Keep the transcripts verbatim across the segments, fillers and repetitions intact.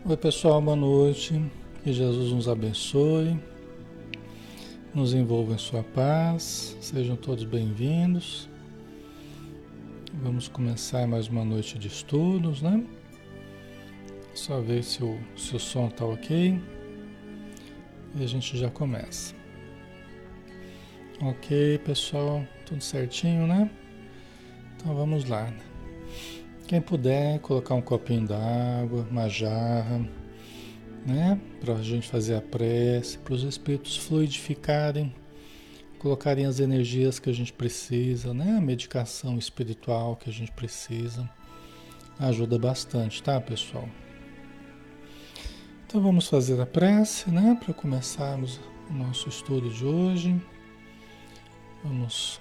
Oi pessoal, boa noite. Que Jesus nos abençoe, nos envolva em sua paz. Sejam todos bem-vindos. Vamos começar mais uma noite de estudos, né? Só ver se o, se o som tá ok e a gente já começa. Ok, pessoal, tudo certinho, né? Então vamos lá. Quem puder colocar um copinho d'água, uma jarra, né? Para a gente fazer a prece, para os espíritos fluidificarem, colocarem as energias que a gente precisa, né? A medicação espiritual que a gente precisa. Ajuda bastante, tá, pessoal? Então vamos fazer a prece, né? Para começarmos o nosso estudo de hoje. Vamos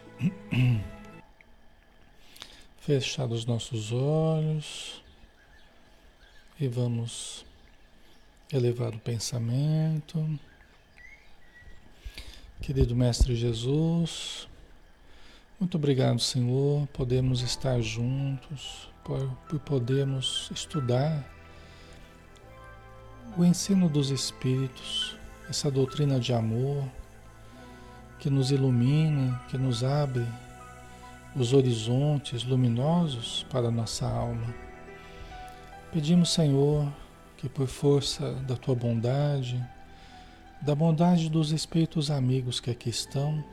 fechar os nossos olhos e vamos elevar o pensamento. Querido Mestre Jesus, muito obrigado, Senhor, podemos estar juntos, por, por podermos estudar o ensino dos Espíritos, essa doutrina de amor que nos ilumina, que nos abre os horizontes luminosos para a nossa alma. Pedimos, Senhor, que por força da Tua bondade, da bondade dos Espíritos amigos que aqui estão,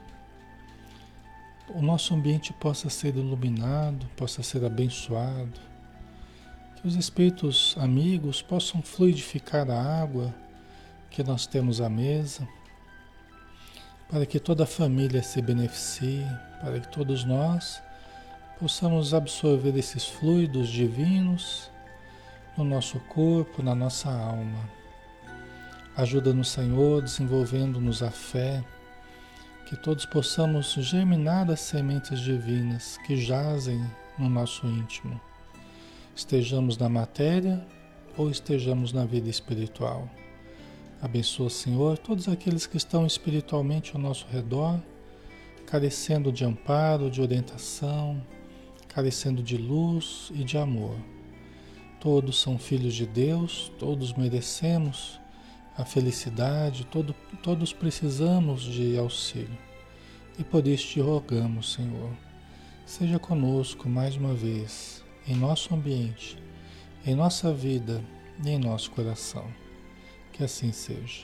o nosso ambiente possa ser iluminado, possa ser abençoado, que os Espíritos amigos possam fluidificar a água que nós temos à mesa, para que toda a família se beneficie, para que todos nós possamos absorver esses fluidos divinos no nosso corpo, na nossa alma. Ajuda-nos, Senhor, desenvolvendo-nos a fé, que todos possamos germinar as sementes divinas que jazem no nosso íntimo. Estejamos na matéria ou estejamos na vida espiritual. Abençoa, Senhor, todos aqueles que estão espiritualmente ao nosso redor, carecendo de amparo, de orientação, carecendo de luz e de amor. Todos são filhos de Deus, todos merecemos a felicidade, todo, todos precisamos de auxílio. E por isso te rogamos, Senhor, seja conosco mais uma vez, em nosso ambiente, em nossa vida e em nosso coração. Que assim seja.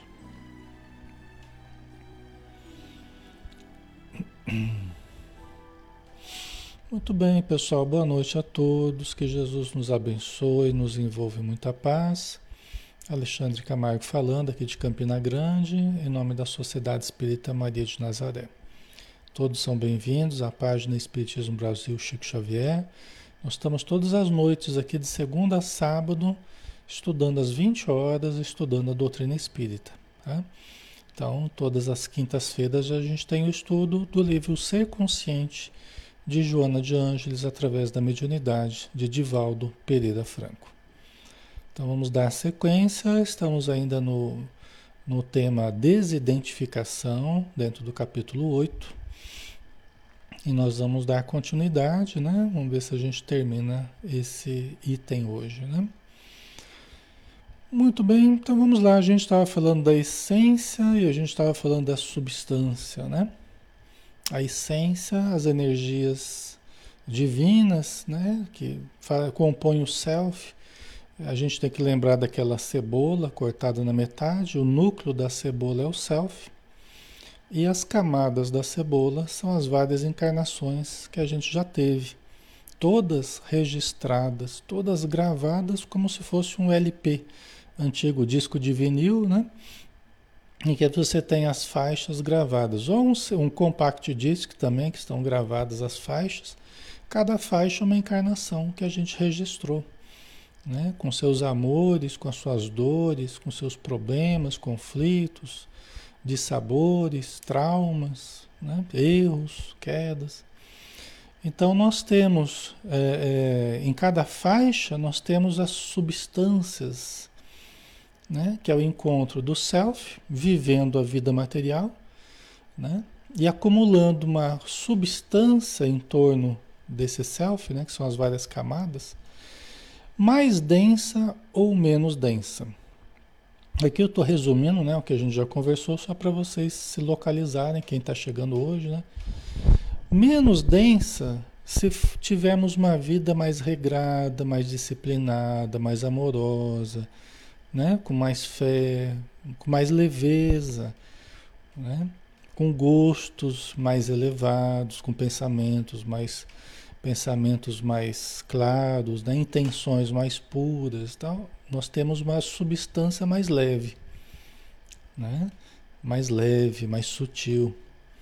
Muito bem, pessoal. Boa noite a todos. Que Jesus nos abençoe, nos envolva em muita paz. Alexandre Camargo falando aqui de Campina Grande, em nome da Sociedade Espírita Maria de Nazaré. Todos são bem-vindos à página Espiritismo Brasil Chico Xavier. Nós estamos todas as noites aqui de segunda a sábado, estudando às vinte horas, estudando a doutrina espírita. Tá? Então, todas as quintas-feiras a gente tem o estudo do livro Ser Consciente, de Joana de Ângeles, através da mediunidade de Divaldo Pereira Franco. Então, vamos dar sequência, estamos ainda no, no tema desidentificação, dentro do capítulo oito, e nós vamos dar continuidade, né? Vamos ver se a gente termina esse item hoje, né? Muito bem, então vamos lá. A gente estava falando da essência e a gente estava falando da substância, né? A essência, as energias divinas, né? Que compõem o self. A gente tem que lembrar daquela cebola cortada na metade. O núcleo da cebola é o self. E as camadas da cebola são as várias encarnações que a gente já teve. Todas registradas, todas gravadas como se fosse um L P. Antigo disco de vinil, né? Em que você tem as faixas gravadas, ou um, um compact disc também, que estão gravadas as faixas. Cada faixa é uma encarnação que a gente registrou, né? Com seus amores, com as suas dores, com seus problemas, conflitos, dissabores, traumas, né? Erros, quedas. Então nós temos, é, é, em cada faixa, nós temos as substâncias, né? Que é o encontro do self, vivendo a vida material, né? E acumulando uma substância em torno desse self, né? Que são as várias camadas, mais densa ou menos densa. Aqui eu estou resumindo, né, o que a gente já conversou, só para vocês se localizarem, quem está chegando hoje, né? Menos densa se f- tivermos uma vida mais regrada, mais disciplinada, mais amorosa, né? Com mais fé, com mais leveza, né? Com gostos mais elevados, com pensamentos mais pensamentos mais claros, né? Intenções mais puras, então nós temos uma substância mais leve, né? Mais leve, mais sutil,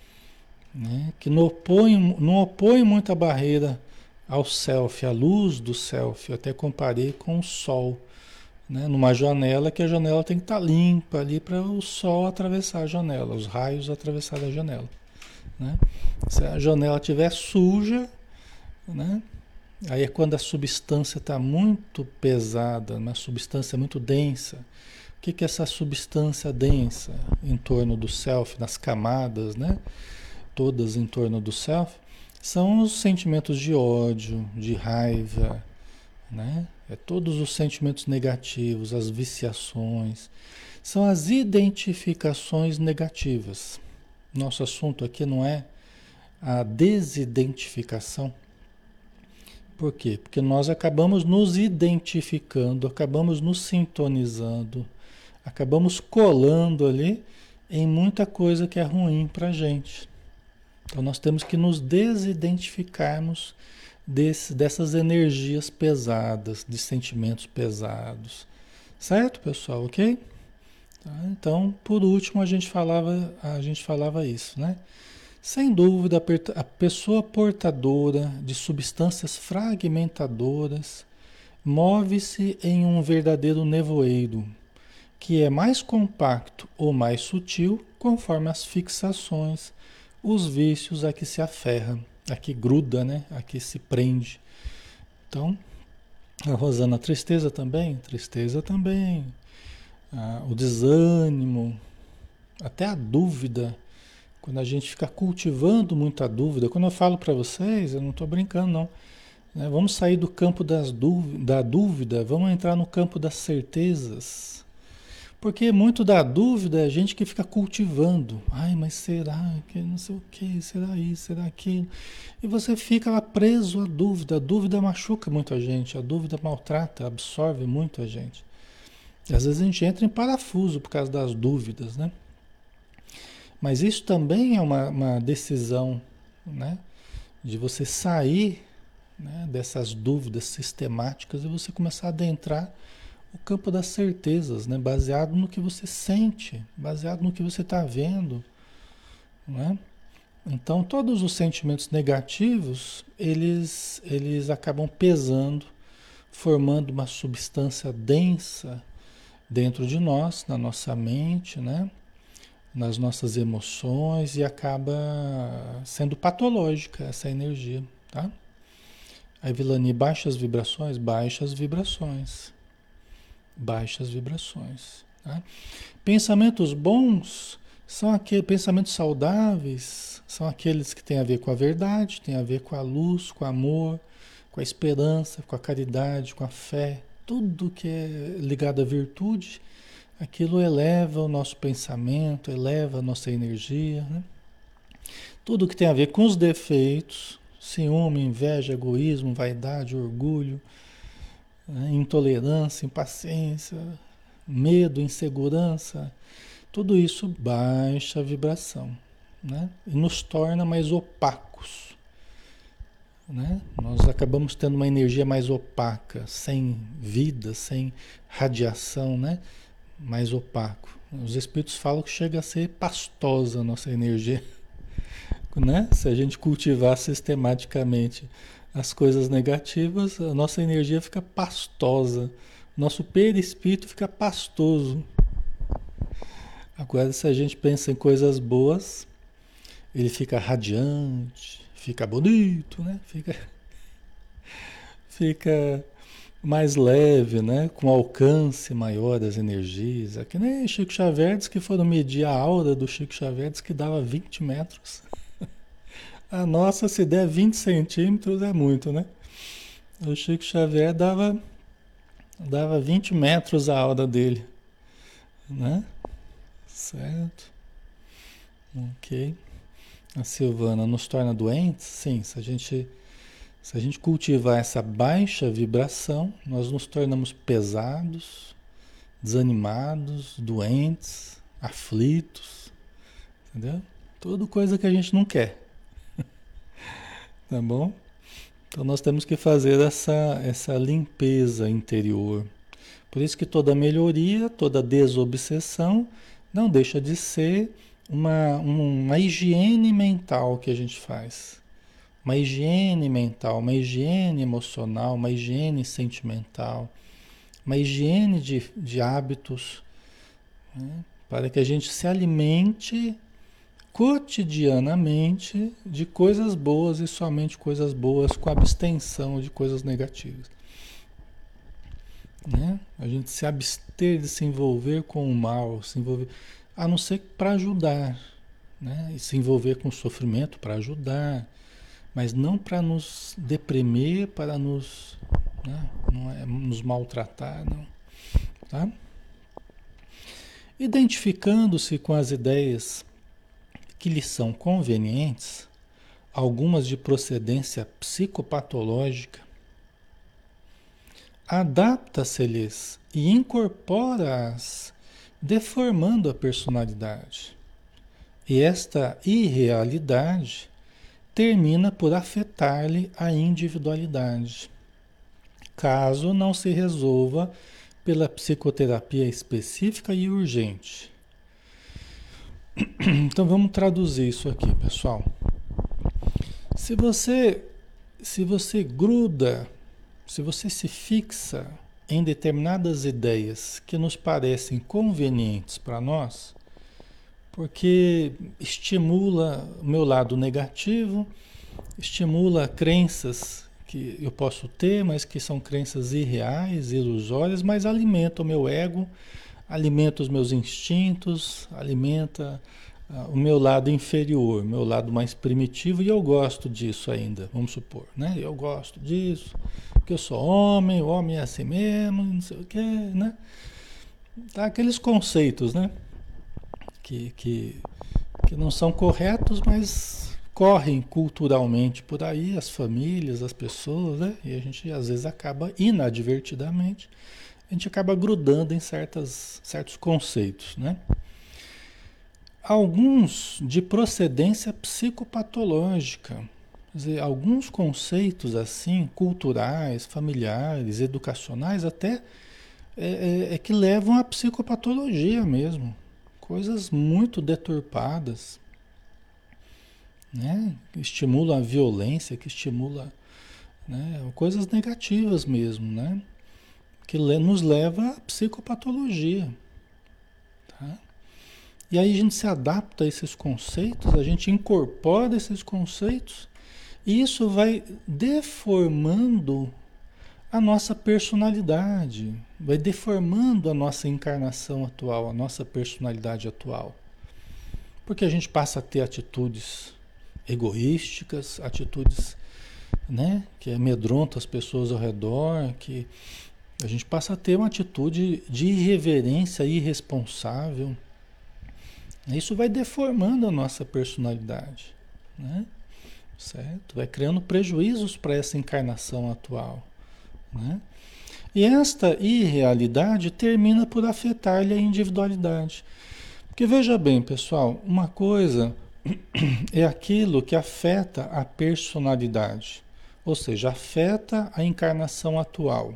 né? Que não opõe, não opõe muita barreira ao self, à luz do self. Eu até comparei com o sol, né? Numa janela, que a janela tem que estar limpa ali para o sol atravessar a janela, os raios atravessar a janela, né? Se a janela estiver suja, né? Aí é quando a substância está muito pesada, uma substância muito densa. O que que é essa substância densa em torno do self, nas camadas, né? Todas em torno do self, são os sentimentos de ódio, de raiva, né? É todos os sentimentos negativos, as viciações, são as identificações negativas. Nosso assunto aqui não é a desidentificação. Por quê? Porque nós acabamos nos identificando, acabamos nos sintonizando, acabamos colando ali em muita coisa que é ruim para a gente. Então nós temos que nos desidentificarmos desse, dessas energias pesadas, de sentimentos pesados. Certo, pessoal? Ok? Tá? Então, por último, a gente falava, a gente falava isso, né? Sem dúvida, a pessoa portadora de substâncias fragmentadoras move-se em um verdadeiro nevoeiro, que é mais compacto ou mais sutil, conforme as fixações, os vícios a que se aferra, a que gruda, né? A que se prende. Então, a Rosana, a tristeza também, tristeza também, ah, o desânimo, até a dúvida. Quando a gente fica cultivando muita dúvida, quando eu falo para vocês, eu não estou brincando não, né? Vamos sair do campo das dúvida, da dúvida, vamos entrar no campo das certezas. Porque muito da dúvida é a gente que fica cultivando. Ai, mas será que não sei o que, será isso, será aquilo? E você fica lá preso à dúvida. A dúvida machuca muito a gente, a dúvida maltrata, absorve muito a gente. E às vezes a gente entra em parafuso por causa das dúvidas, né? Mas isso também é uma, uma decisão, né? De você sair, né, dessas dúvidas sistemáticas e você começar a adentrar o campo das certezas, né? Baseado no que você sente, baseado no que você está vendo, né? Então, todos os sentimentos negativos, eles, eles acabam pesando, formando uma substância densa dentro de nós, na nossa mente, né? Nas nossas emoções e acaba sendo patológica essa energia, tá? Aí, Vilani, baixas vibrações, baixas vibrações, baixas vibrações, tá? Pensamentos bons são aqueles pensamentos saudáveis, são aqueles que têm a ver com a verdade, têm a ver com a luz, com o amor, com a esperança, com a caridade, com a fé, tudo que é ligado à virtude. Aquilo eleva o nosso pensamento, eleva a nossa energia, né? Tudo que tem a ver com os defeitos, ciúme, inveja, egoísmo, vaidade, orgulho, né? Intolerância, impaciência, medo, insegurança, tudo isso baixa a vibração, né? E nos torna mais opacos, né? Nós acabamos tendo uma energia mais opaca, sem vida, sem radiação, né? Mais opaco. Os espíritos falam que chega a ser pastosa a nossa energia, né? Se a gente cultivar sistematicamente as coisas negativas, a nossa energia fica pastosa, nosso perispírito fica pastoso. Agora, se a gente pensa em coisas boas, ele fica radiante, fica bonito, né? Fica, fica mais leve, né? Com alcance maior das energias. É que nem Chico Xavier diz que foram medir a aura do Chico Xavier, diz que dava vinte metros. A nossa, se der vinte centímetros, é muito, né? O Chico Xavier dava Dava vinte metros a hora dele, né? Certo. Ok. A Silvana nos torna doentes? Sim, se a gente, se a gente cultivar essa baixa vibração, nós nos tornamos pesados, desanimados, doentes, aflitos, entendeu? Tudo coisa que a gente não quer, tá bom? Então nós temos que fazer essa, essa limpeza interior. Por isso que toda melhoria, toda desobsessão não deixa de ser uma, uma higiene mental que a gente faz. Uma higiene mental, uma higiene emocional, uma higiene sentimental, uma higiene de, de hábitos, né? Para que a gente se alimente cotidianamente de coisas boas e somente coisas boas, com abstenção de coisas negativas, né? A gente se abster de se envolver com o mal, se envolver, a não ser para ajudar, né? E se envolver com o sofrimento para ajudar, mas não para nos deprimir, para nos, né? Não é nos maltratar, não, tá? Identificando-se com as ideias que lhe são convenientes, algumas de procedência psicopatológica, adapta-se-lhes e incorpora-as, deformando a personalidade. E esta irrealidade termina por afetar-lhe a individualidade, caso não se resolva pela psicoterapia específica e urgente. Então vamos traduzir isso aqui, pessoal. Se você, se você gruda, se você se fixa em determinadas ideias que nos parecem convenientes para nós, porque estimula o meu lado negativo, estimula crenças que eu posso ter, mas que são crenças irreais, ilusórias, mas alimenta o meu ego, alimenta os meus instintos, alimenta uh, o meu lado inferior, meu lado mais primitivo, e eu gosto disso ainda, vamos supor, né? Eu gosto disso, porque eu sou homem, o homem é assim mesmo, não sei o quê, né? Tá, aqueles conceitos, né? Que, que, que não são corretos, mas correm culturalmente por aí, as famílias, as pessoas, né? E a gente às vezes acaba inadvertidamente, a gente acaba grudando em certas, certos conceitos, né? Alguns de procedência psicopatológica, quer dizer, alguns conceitos assim, culturais, familiares, educacionais, até é, é, é que levam à psicopatologia mesmo, coisas muito deturpadas, né? Que estimulam a violência, que estimulam, né? Coisas negativas mesmo, né? Que nos leva à psicopatologia, tá? E aí a gente se adapta a esses conceitos, a gente incorpora esses conceitos, e isso vai deformando a nossa personalidade, vai deformando a nossa encarnação atual, a nossa personalidade atual. Porque a gente passa a ter atitudes egoísticas, atitudes, né, que amedrontam as pessoas ao redor, que a gente passa a ter uma atitude de irreverência irresponsável. Isso vai deformando a nossa personalidade, né? Certo? Vai criando prejuízos para essa encarnação atual, né? E esta irrealidade termina por afetar-lhe a individualidade. Porque veja bem, pessoal, uma coisa é aquilo que afeta a personalidade, ou seja, afeta a encarnação atual,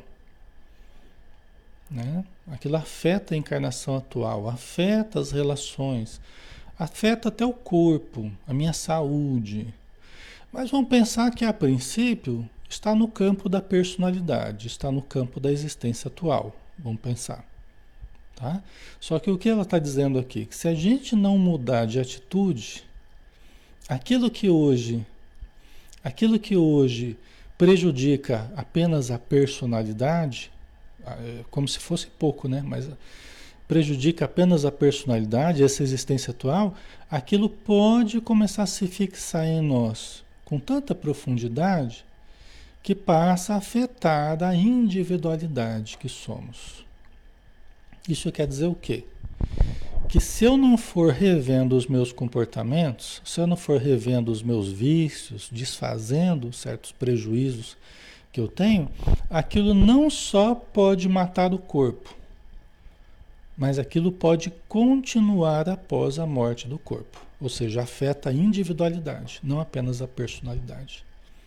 né? Aquilo afeta a encarnação atual, afeta as relações, afeta até o corpo, a minha saúde. Mas vamos pensar que a princípio está no campo da personalidade, está no campo da existência atual. Vamos pensar, tá? Só que o que ela está dizendo aqui? Que se a gente não mudar de atitude, aquilo que hoje, aquilo que hoje prejudica apenas a personalidade, como se fosse pouco, né? Mas prejudica apenas a personalidade, essa existência atual, aquilo pode começar a se fixar em nós com tanta profundidade que passa a afetar a individualidade que somos. Isso quer dizer o quê? Que se eu não for revendo os meus comportamentos, se eu não for revendo os meus vícios, desfazendo certos prejuízos que eu tenho, aquilo não só pode matar o corpo, mas aquilo pode continuar após a morte do corpo. Ou seja, afeta a individualidade, não apenas a personalidade.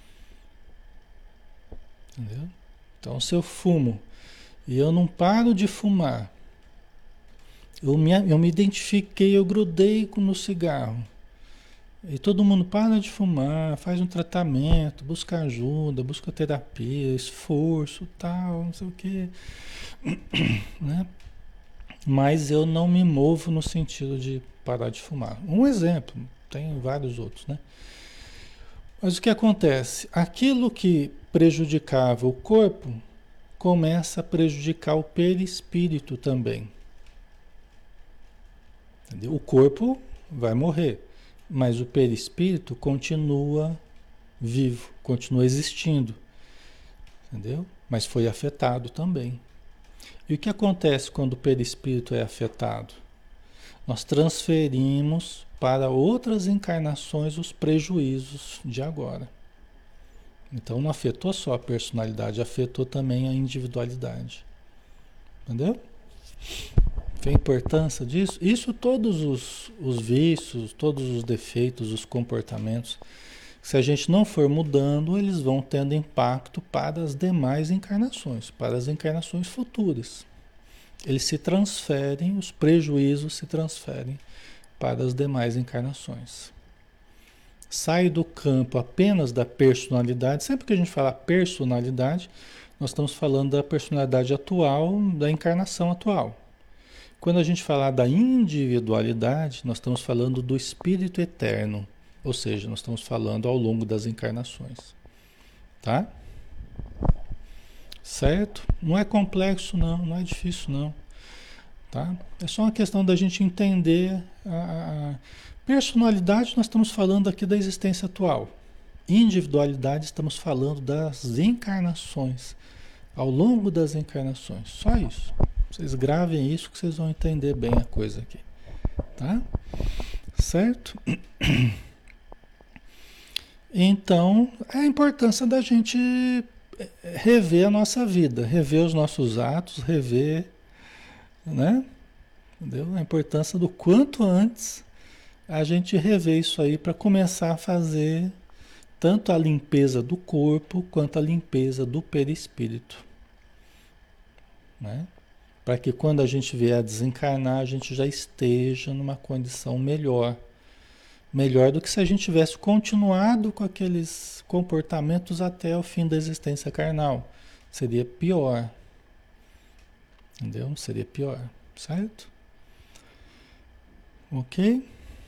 Entendeu? Então, se eu fumo e eu não paro de fumar, eu me, eu me identifiquei, eu grudei com no cigarro, e todo mundo para de fumar, faz um tratamento, busca ajuda, busca terapia, esforço, tal, não sei o quê, né? Mas eu não me movo no sentido de parar de fumar. Um exemplo, tem vários outros, né? Mas o que acontece? Aquilo que prejudicava o corpo começa a prejudicar o perispírito também. Entendeu? O corpo vai morrer, mas o perispírito continua vivo, continua existindo. Entendeu? Mas foi afetado também. E o que acontece quando o perispírito é afetado? Nós transferimos para outras encarnações os prejuízos de agora. Então não afetou só a personalidade, afetou também a individualidade. Entendeu? Vê a importância disso? Isso todos os, os vícios, todos os defeitos, os comportamentos, se a gente não for mudando, eles vão tendo impacto para as demais encarnações, para as encarnações futuras. Eles se transferem, os prejuízos se transferem para as demais encarnações. Sai do campo apenas da personalidade. Sempre que a gente fala personalidade, nós estamos falando da personalidade atual, da encarnação atual. Quando a gente falar da individualidade, nós estamos falando do espírito eterno. Ou seja, nós estamos falando ao longo das encarnações. Tá? Certo? Não é complexo não, não é difícil não. Tá? É só uma questão da gente entender a, a personalidade, nós estamos falando aqui da existência atual. Individualidade, estamos falando das encarnações. Ao longo das encarnações. Só isso. Vocês gravem isso que vocês vão entender bem a coisa aqui. Tá? Certo? Então, é a importância da gente rever a nossa vida, rever os nossos atos, rever, né? Entendeu? A importância do quanto antes a gente rever isso aí para começar a fazer tanto a limpeza do corpo quanto a limpeza do perispírito, né? Para que quando a gente vier a desencarnar, a gente já esteja numa condição melhor. Melhor do que se a gente tivesse continuado com aqueles comportamentos até o fim da existência carnal. Seria pior. Entendeu? Seria pior. Certo? Ok?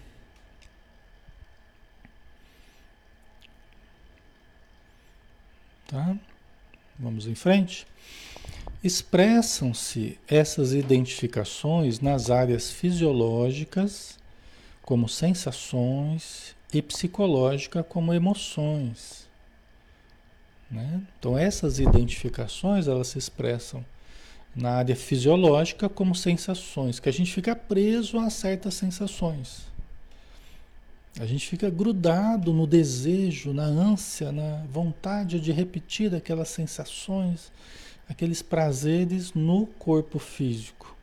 Tá? Vamos em frente? Expressam-se essas identificações nas áreas fisiológicas, como sensações, e psicológica, como emoções. Né? Então, essas identificações, elas se expressam na área fisiológica como sensações, que a gente fica preso a certas sensações. A gente fica grudado no desejo, na ânsia, na vontade de repetir aquelas sensações, aqueles prazeres no corpo físico.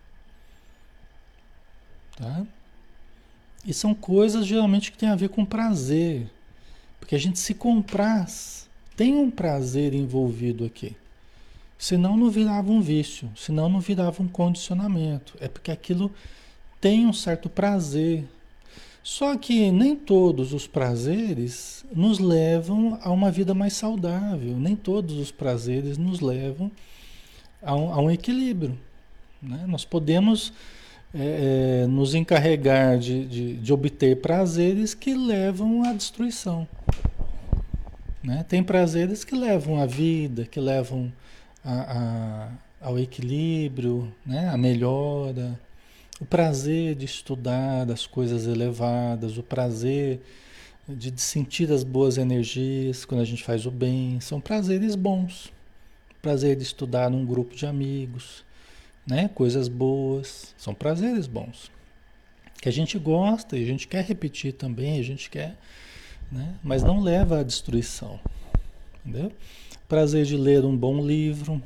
Tá? E são coisas geralmente que tem a ver com prazer, porque a gente se compraz, tem um prazer envolvido aqui. Senão não virava um vício, senão não virava um condicionamento. É porque aquilo tem um certo prazer. Só que nem todos os prazeres nos levam a uma vida mais saudável, nem todos os prazeres nos levam a um, a um equilíbrio. Né? Nós podemos é, nos encarregar de, de, de obter prazeres que levam à destruição. Né? Tem prazeres que levam à vida, que levam a, a, ao equilíbrio, né? À melhora. O prazer de estudar as coisas elevadas, o prazer de, de sentir as boas energias quando a gente faz o bem. São prazeres bons. Prazer de estudar num grupo de amigos, né? Coisas boas, são prazeres bons. Que a gente gosta e a gente quer repetir também, a gente quer, né? Mas não leva à destruição, entendeu? Prazer de ler um bom livro,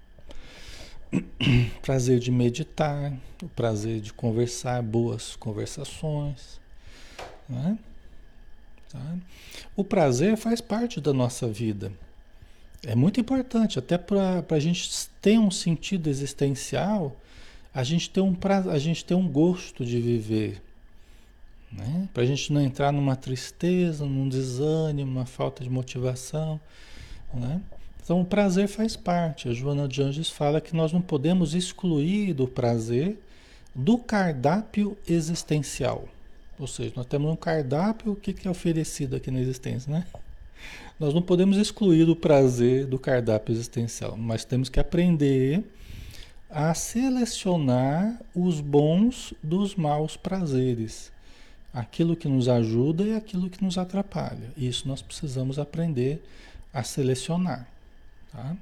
prazer de meditar, o prazer de conversar, boas conversações, né? Tá? O prazer faz parte da nossa vida. É muito importante, até para a gente ter um sentido existencial, a gente ter um, pra, a gente ter um gosto de viver, né? Para a gente não entrar numa tristeza, num desânimo, uma falta de motivação, né? Então o prazer faz parte. A Joana de Anjos fala que nós não podemos excluir do prazer do cardápio existencial. Ou seja, nós temos um cardápio, o que que é oferecido aqui na existência, né? Nós não podemos excluir o prazer do cardápio existencial, mas temos que aprender a selecionar os bons dos maus prazeres. Aquilo que nos ajuda e aquilo que nos atrapalha. Isso nós precisamos aprender a selecionar. Tá?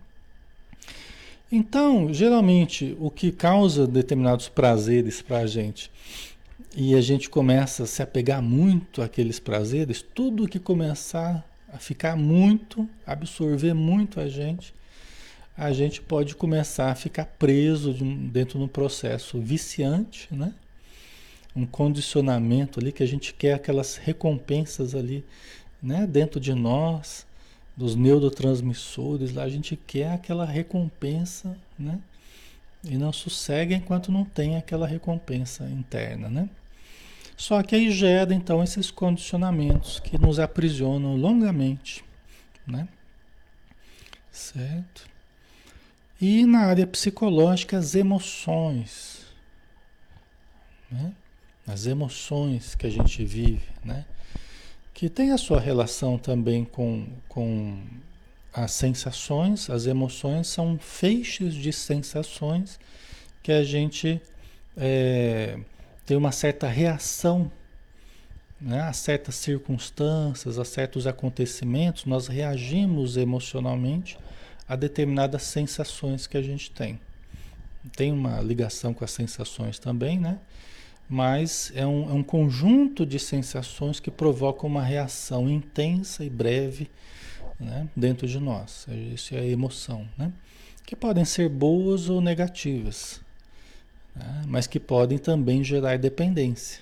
Então, geralmente, o que causa determinados prazeres para a gente e a gente começa a se apegar muito àqueles prazeres, tudo que começar a ficar muito, absorver muito a gente, a gente pode começar a ficar preso de um, dentro de um processo viciante, né? Um condicionamento ali que a gente quer aquelas recompensas ali, né? Dentro de nós, dos neurotransmissores, lá a gente quer aquela recompensa, né? E não sossega enquanto não tem aquela recompensa interna, né? Só que aí gera então esses condicionamentos que nos aprisionam longamente, né? Certo? E na área psicológica, as emoções, né? As emoções que a gente vive, né? Que tem a sua relação também com, com as sensações. As emoções são feixes de sensações que a gente é, tem uma certa reação, né, a certas circunstâncias, a certos acontecimentos. Nós reagimos emocionalmente a determinadas sensações que a gente tem. Tem uma ligação com as sensações também, né? Mas é um, é um conjunto de sensações que provocam uma reação intensa e breve, né, dentro de nós. Isso é a emoção, né? Que podem ser boas ou negativas, né? Mas que podem também gerar dependência,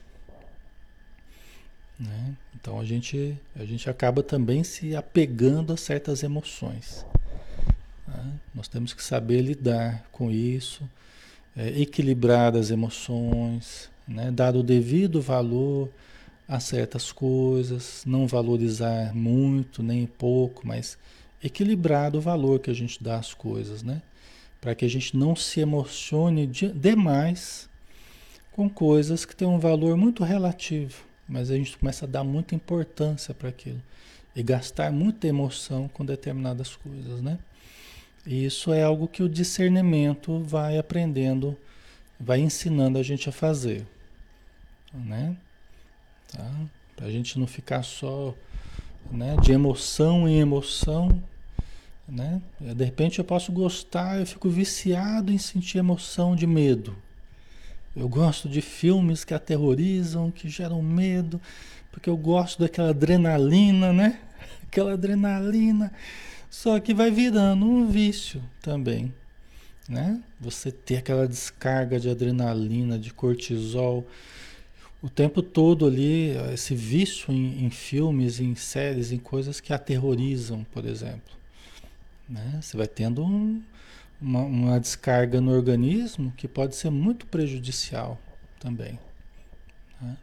né? Então a gente, a gente acaba também se apegando a certas emoções, né? Nós temos que saber lidar com isso, é, equilibrar as emoções, né? Dar o devido valor a certas coisas, não valorizar muito nem pouco, mas equilibrar o valor que a gente dá às coisas, né? Para que a gente não se emocione de, demais com coisas que têm um valor muito relativo, mas a gente começa a dar muita importância para aquilo e gastar muita emoção com determinadas coisas, né? E isso é algo que o discernimento vai aprendendo, vai ensinando a gente a fazer, né? Tá? Para a gente não ficar só, né, de emoção em emoção, né? De repente eu posso gostar, eu fico viciado em sentir emoção de medo. Eu gosto de filmes que aterrorizam, que geram medo, porque eu gosto daquela adrenalina, né? Aquela adrenalina. Só que vai virando um vício também, né? Você ter aquela descarga de adrenalina, de cortisol, o tempo todo ali, esse vício em, em filmes, em séries, em coisas que aterrorizam, por exemplo, né? Você vai tendo um, uma, uma descarga no organismo que pode ser muito prejudicial também, né?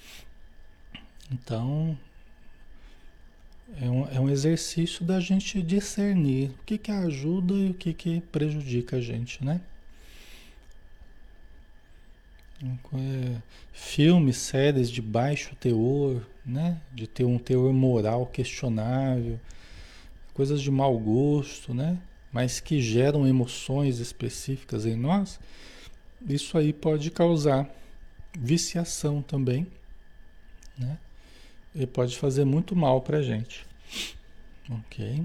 Então, é um, é um exercício da gente discernir o que que ajuda e o que que prejudica a gente, né? É, filmes, séries de baixo teor, né? De ter um teor moral questionável, coisas de mau gosto, né? Mas que geram emoções específicas em nós, isso aí pode causar viciação também, né? Ele pode fazer muito mal pra gente. Ok.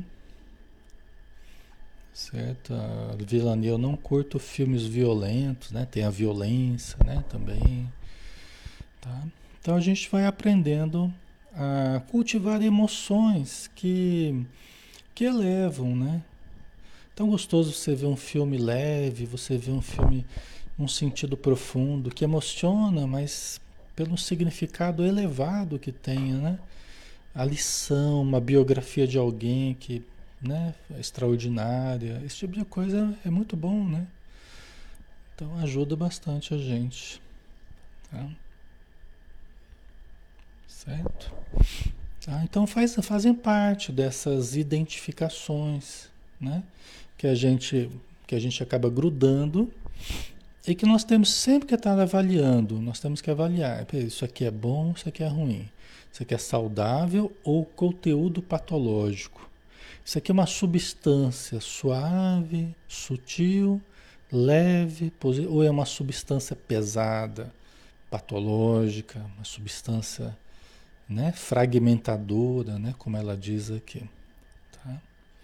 Certo. A Vilani, eu não curto filmes violentos, né? Tem a violência, né? Também. Tá? Então a gente vai aprendendo a cultivar emoções que, que elevam, né? Tão gostoso você ver um filme leve, você ver um filme um sentido profundo, que emociona, mas pelo significado elevado que tenha, né? A lição, uma biografia de alguém que, né, é extraordinária, esse tipo de coisa é muito bom, né? Então ajuda bastante a gente, tá? Certo? Ah, então faz, fazem parte dessas identificações, né? Que a gente, que a gente acaba grudando e que nós temos sempre que estar avaliando. Nós temos que avaliar. Isso aqui é bom, isso aqui é ruim. Isso aqui é saudável ou conteúdo patológico. Isso aqui é uma substância suave, sutil, leve, ou é uma substância pesada, patológica, uma substância, né, fragmentadora, né, como ela diz aqui. Tá?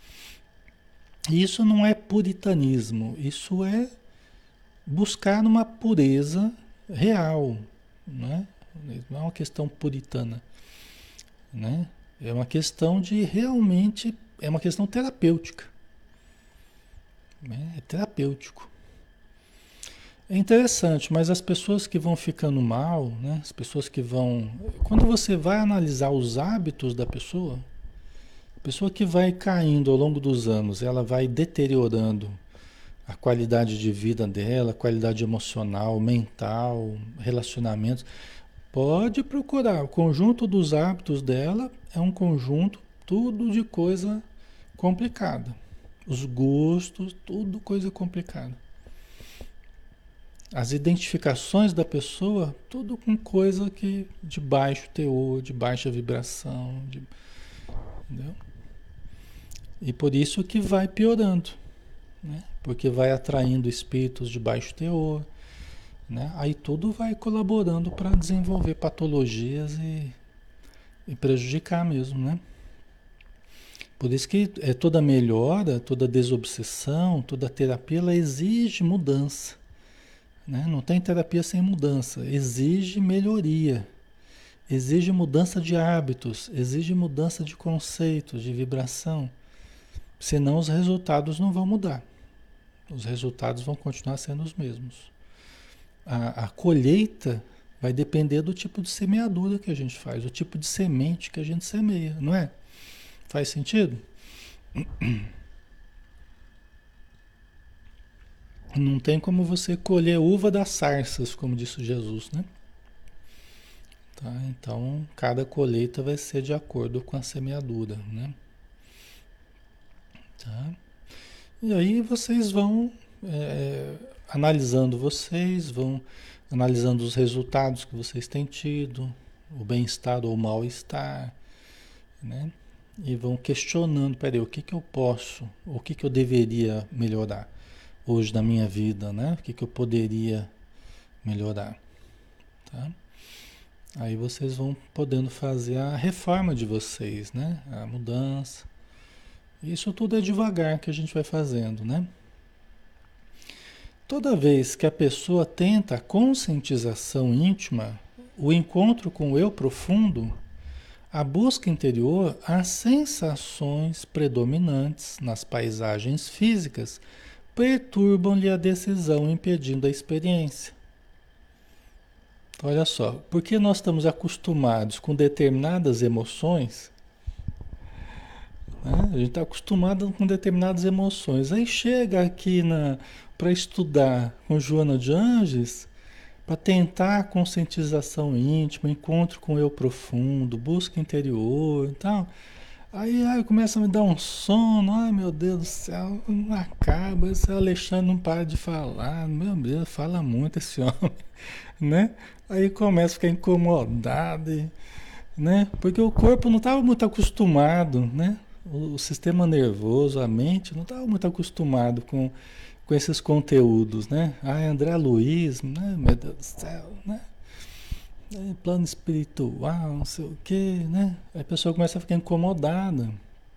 E isso não é puritanismo, isso é buscar uma pureza real, né? Não é uma questão puritana, né? É uma questão de realmente, é uma questão terapêutica, né? É terapêutico. É interessante, mas as pessoas que vão ficando mal, né? As pessoas que vão, quando você vai analisar os hábitos da pessoa, a pessoa que vai caindo ao longo dos anos, ela vai deteriorando a qualidade de vida dela, a qualidade emocional, mental, relacionamentos. Pode procurar. O conjunto dos hábitos dela é um conjunto, tudo de coisa complicada. Os gostos, tudo coisa complicada. As identificações da pessoa, tudo com coisa que de baixo teor, de baixa vibração, de, entendeu? E por isso que vai piorando, né? Porque vai atraindo espíritos de baixo teor, né? Aí tudo vai colaborando para desenvolver patologias e, e prejudicar mesmo, né? Por isso que é, toda melhora, toda desobsessão, toda terapia, ela exige mudança, né? Não tem terapia sem mudança, exige melhoria, exige mudança de hábitos, exige mudança de conceitos, de vibração, senão os resultados não vão mudar. Os resultados vão continuar sendo os mesmos. A, a colheita vai depender do tipo de semeadura que a gente faz, o tipo de semente que a gente semeia, não é? Faz sentido? Não tem como você colher uva das sarças, como disse Jesus, né? Tá? Então, cada colheita vai ser de acordo com a semeadura, né? Tá? E aí vocês vão é, analisando vocês, vão analisando os resultados que vocês têm tido, o bem-estar ou o mal-estar, né? E vão questionando, peraí, o que que eu posso, o que que eu deveria melhorar hoje na minha vida, né? O que que eu poderia melhorar, tá? Aí vocês vão podendo fazer a reforma de vocês, né? A mudança. Isso tudo é devagar que a gente vai fazendo, né? Toda vez que a pessoa tenta a conscientização íntima, o encontro com o eu profundo, a busca interior, as sensações predominantes nas paisagens físicas perturbam-lhe a decisão, impedindo a experiência. Olha só, porque nós estamos acostumados com determinadas emoções, né? A gente está acostumado com determinadas emoções. Aí chega aqui para estudar com Joana de Anjos, para tentar a conscientização íntima, encontro com o eu profundo, busca interior e tal. Aí, aí começa a me dar um sono, ai meu Deus do céu, não acaba, esse Alexandre não para de falar, meu Deus, fala muito esse homem, né? Aí começa a ficar incomodado, e, né? Porque o corpo não estava muito acostumado, né? O, o sistema nervoso, a mente, não estava muito acostumado com, com esses conteúdos, né? Ai, André Luiz, né? Meu Deus do céu, né? É, plano espiritual, não sei o quê, né? Aí a pessoa começa a ficar incomodada.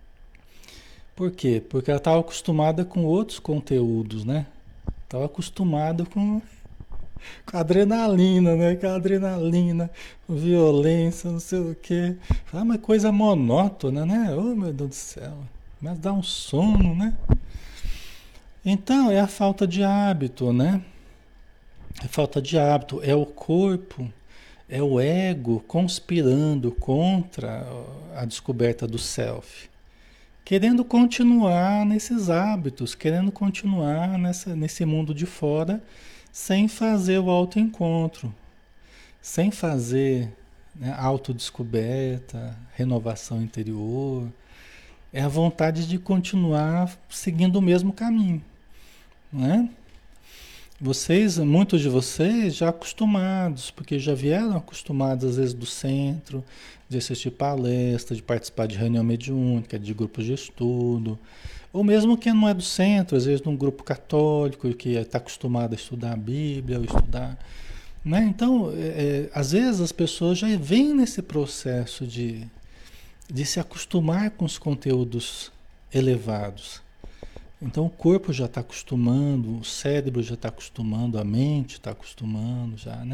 Por quê? Porque ela estava acostumada com outros conteúdos, né? Estava acostumada com, com adrenalina, né? Com a adrenalina, violência, não sei o quê. Ah, mas coisa monótona, né? Oh, meu Deus do céu. Mas dá um sono, né? Então, é a falta de hábito, né? É falta de hábito, é o corpo, é o ego conspirando contra a descoberta do self. Querendo continuar nesses hábitos, querendo continuar nessa, nesse mundo de fora, sem fazer o autoencontro, sem fazer, né, autodescoberta, renovação interior. É a vontade de continuar seguindo o mesmo caminho, né? Vocês, muitos de vocês já acostumados, porque já vieram acostumados às vezes do centro, de assistir palestra, de participar de reunião mediúnica, de grupos de estudo, ou mesmo quem não é do centro, às vezes num grupo católico que está acostumado a estudar a Bíblia, ou estudar, né? Então, é, é, às vezes as pessoas já vêm nesse processo de, de se acostumar com os conteúdos elevados. Então o corpo já está acostumando, o cérebro já está acostumando, a mente está acostumando já, né?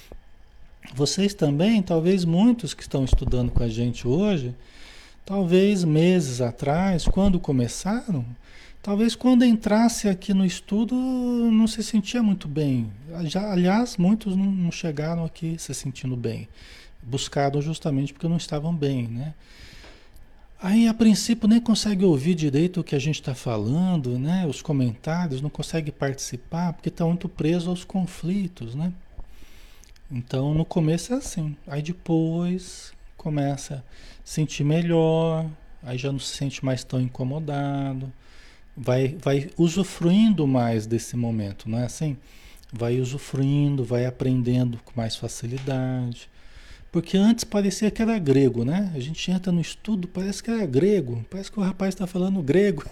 Vocês também, talvez muitos que estão estudando com a gente hoje, talvez meses atrás, quando começaram, talvez quando entrasse aqui no estudo não se sentia muito bem. Já, aliás, muitos não, não chegaram aqui se sentindo bem. Buscaram justamente porque não estavam bem, né? Aí, a princípio, nem consegue ouvir direito o que a gente está falando, né? Os comentários, não consegue participar, porque está muito preso aos conflitos, né? Então, no começo é assim. Aí depois começa a sentir melhor, aí já não se sente mais tão incomodado, vai, vai usufruindo mais desse momento, não é assim? Vai usufruindo, vai aprendendo com mais facilidade. Porque antes parecia que era grego, né? A gente entra no estudo, parece que era grego. Parece que o rapaz está falando grego.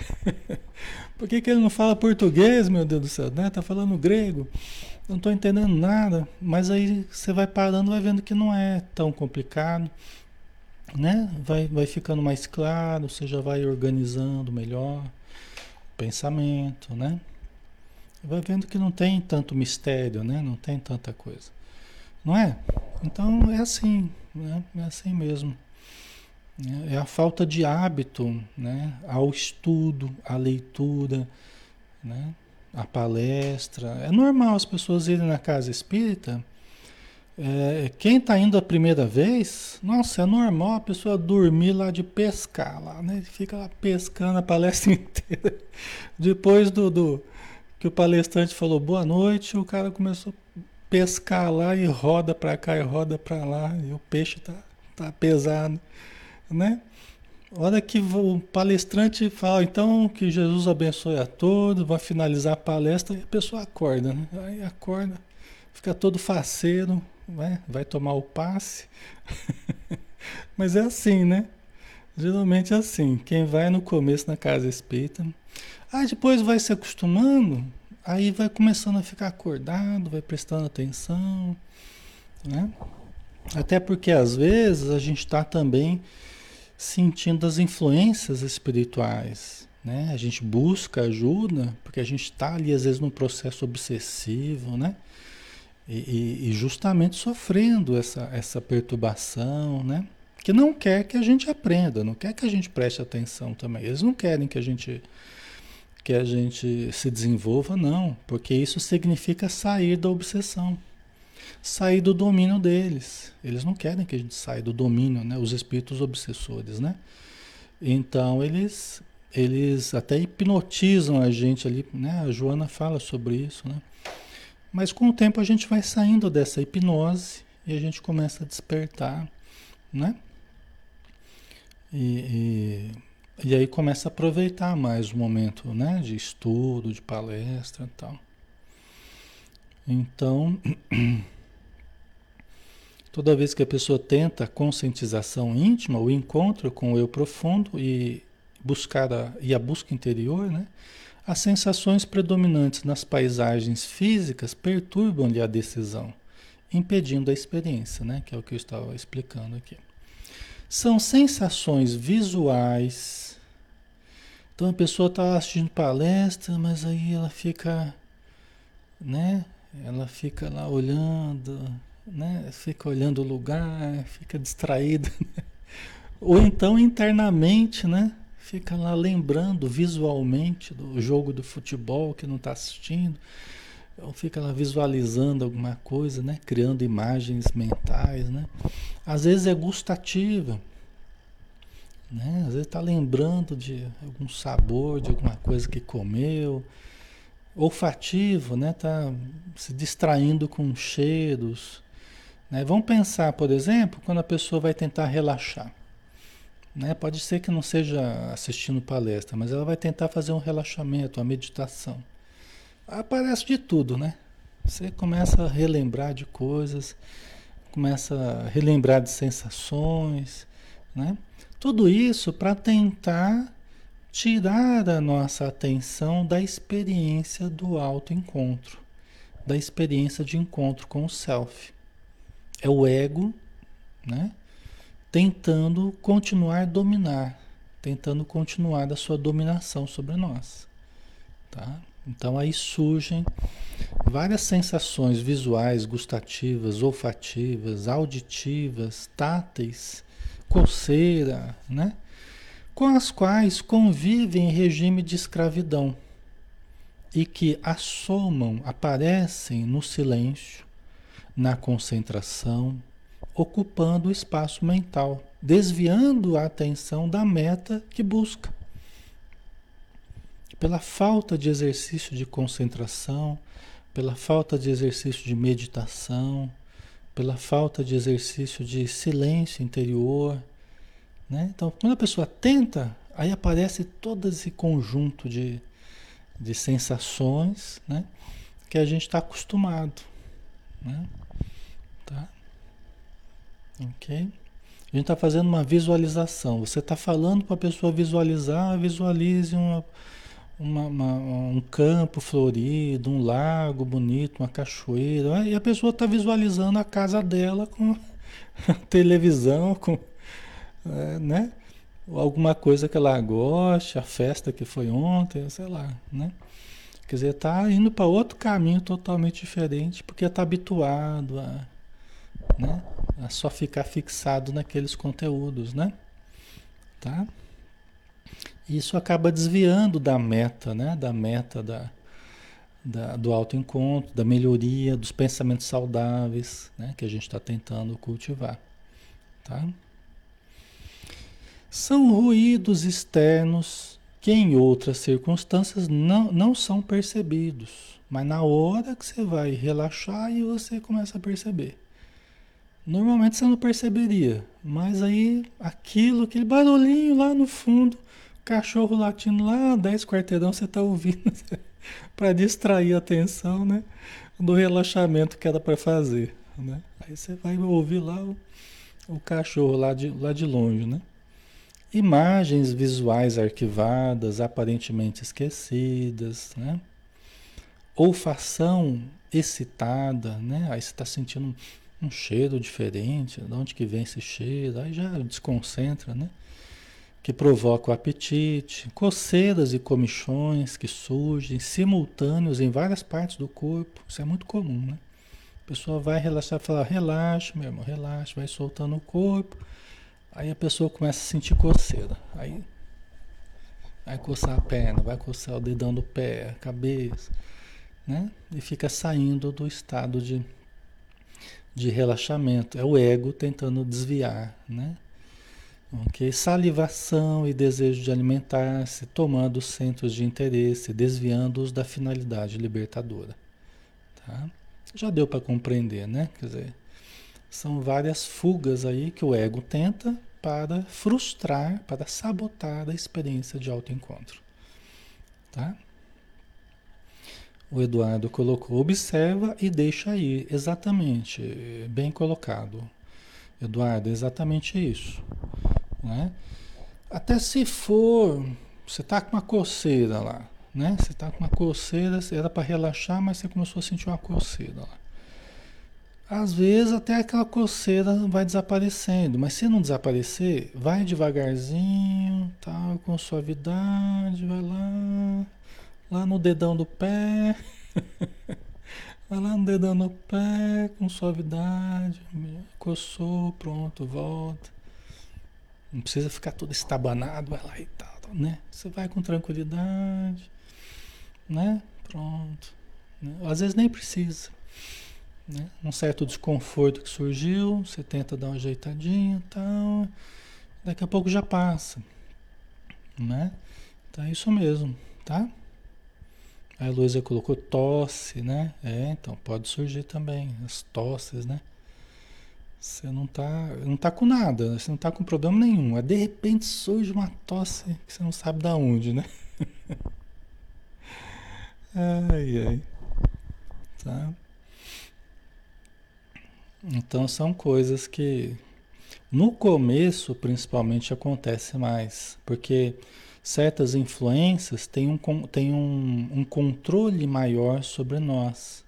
Por que, que ele não fala português, meu Deus do céu? Né? Tá falando grego. Não estou entendendo nada. Mas aí você vai parando, vai vendo que não é tão complicado, né? Vai, vai ficando mais claro, você já vai organizando melhor o pensamento, né? Vai vendo que não tem tanto mistério, né? Não tem tanta coisa. Não é? Então é assim, né? É assim mesmo. É a falta de hábito, né? Ao estudo, à leitura, né? A palestra. É normal as pessoas irem na casa espírita. É, quem está indo a primeira vez, nossa, é normal a pessoa dormir lá de pescar, lá, né? Fica lá pescando a palestra inteira. Depois do, do que o palestrante falou boa noite, o cara começou pescar lá e roda para cá e roda para lá e o peixe tá, tá pesado, né? Hora que o palestrante fala, então que Jesus abençoe a todos, vai finalizar a palestra e a pessoa acorda, né? Aí acorda, fica todo faceiro, né? Vai tomar o passe. Mas é assim, né? Geralmente é assim, quem vai no começo na casa espírita, aí depois vai se acostumando. Aí vai começando a ficar acordado, vai prestando atenção, né? Até porque às vezes a gente está também sentindo as influências espirituais, né? A gente busca ajuda porque a gente está ali às vezes num processo obsessivo, né? E, e, e justamente sofrendo essa, essa perturbação, né? Que não quer que a gente aprenda, não quer que a gente preste atenção também. Eles não querem que a gente que a gente se desenvolva, não, porque isso significa sair da obsessão, sair do domínio deles. Eles não querem que a gente saia do domínio, né? Os espíritos obsessores, né? Então eles, eles até hipnotizam a gente ali, né? A Joana fala sobre isso, né? Mas com o tempo a gente vai saindo dessa hipnose e a gente começa a despertar, né? E, e E aí começa a aproveitar mais o momento, né, de estudo, de palestra e tal. Então, toda vez que a pessoa tenta a conscientização íntima, o encontro com o eu profundo e buscar a, e a busca interior, né, as sensações predominantes nas paisagens físicas perturbam-lhe a decisão impedindo a experiência, né? Que é o que eu estava explicando aqui. São sensações visuais. Então a pessoa está assistindo palestra, mas aí ela fica, né? Ela fica lá olhando, né? Fica olhando o lugar, fica distraída. Ou então internamente, né? Fica lá lembrando visualmente do jogo do futebol que não está assistindo. Ou fica lá visualizando alguma coisa, né? Criando imagens mentais, né? Às vezes é gustativa, né? Às vezes está lembrando de algum sabor, de alguma coisa que comeu. Olfativo, né? Tá se distraindo com cheiros, né? Vamos pensar, por exemplo, quando a pessoa vai tentar relaxar, né? Pode ser que não seja assistindo palestra, mas ela vai tentar fazer um relaxamento, uma meditação. Aparece de tudo, né? Você começa a relembrar de coisas, começa a relembrar de sensações, né? Tudo isso para tentar tirar a nossa atenção da experiência do autoencontro, da experiência de encontro com o self. É o ego, né? Tentando continuar a dominar, tentando continuar a sua dominação sobre nós, tá? Então aí surgem várias sensações visuais, gustativas, olfativas, auditivas, táteis, coceira, né? Com as quais convivem em regime de escravidão e que assomam, aparecem no silêncio, na concentração, ocupando o espaço mental, desviando a atenção da meta que busca. Pela falta de exercício de concentração, pela falta de exercício de meditação, pela falta de exercício de silêncio interior, né? Então, quando a pessoa tenta, aí aparece todo esse conjunto de, de sensações, né? Que a gente está acostumado, né? Tá? Ok? A gente está fazendo uma visualização. Você está falando para a pessoa visualizar, visualize uma, uma, uma, um campo florido, um lago bonito, uma cachoeira. E a pessoa está visualizando a casa dela com a televisão, com, é, né? Alguma coisa que ela goste, a festa que foi ontem, sei lá, né? Quer dizer, está indo para outro caminho totalmente diferente, porque está habituado a, né? A só ficar fixado naqueles conteúdos, né? Tá? Isso acaba desviando da meta, né? Da meta da, da, do autoencontro, da melhoria, dos pensamentos saudáveis, né? Que a gente está tentando cultivar, tá? São ruídos externos que em outras circunstâncias não, não são percebidos, mas na hora que você vai relaxar e você começa a perceber. Normalmente você não perceberia, mas aí aquilo, aquele barulhinho lá no fundo, cachorro latindo lá, dez quarteirão, você está ouvindo para distrair a atenção, né, do relaxamento que era para fazer, né? Aí você vai ouvir lá o, o cachorro lá de, lá de longe, né? Imagens visuais arquivadas, aparentemente esquecidas, né? Olfação excitada, né? Aí você está sentindo um, um cheiro diferente, de onde que vem esse cheiro? Aí já desconcentra, né? Que provoca o apetite, coceiras e comichões que surgem simultâneos em várias partes do corpo. Isso é muito comum, né? A pessoa vai relaxar, fala, relaxa, meu irmão, relaxa, vai soltando o corpo. Aí a pessoa começa a sentir coceira. Aí vai coçar a perna, vai coçar o dedão do pé, a cabeça, né? E fica saindo do estado de, de relaxamento. É o ego tentando desviar, né? Okay? Salivação e desejo de alimentar-se, tomando os centros de interesse, desviando-os da finalidade libertadora. Tá? Já deu para compreender, né? Quer dizer, são várias fugas aí que o ego tenta para frustrar, para sabotar a experiência de autoencontro. Tá? O Eduardo colocou, observa e deixa ir. Exatamente, bem colocado. Eduardo, exatamente isso. Né? Até se for, você está com uma coceira lá, né? Você está com uma coceira, era para relaxar, mas você começou a sentir uma coceira lá. Às vezes até aquela coceira vai desaparecendo, mas se não desaparecer, vai devagarzinho, tal, com suavidade, vai lá, lá no dedão do pé, vai lá no dedão do pé, com suavidade, coçou, pronto, volta. Não precisa ficar todo estabanado, vai lá e tal, tal, né? Você vai com tranquilidade, né? Pronto. Né? Às vezes nem precisa. Né? Um certo desconforto que surgiu, você tenta dar uma ajeitadinha e tal, daqui a pouco já passa, né? Então é isso mesmo, tá? A Luísa colocou tosse, né? É, então pode surgir também as tosses, né? Você não tá, não tá com nada, você não tá com problema nenhum. Aí, de repente surge uma tosse que você não sabe da onde, né? Ai, ai, tá? Então são coisas que no começo, principalmente, acontece mais, porque certas influências têm um, con- têm um, um controle maior sobre nós.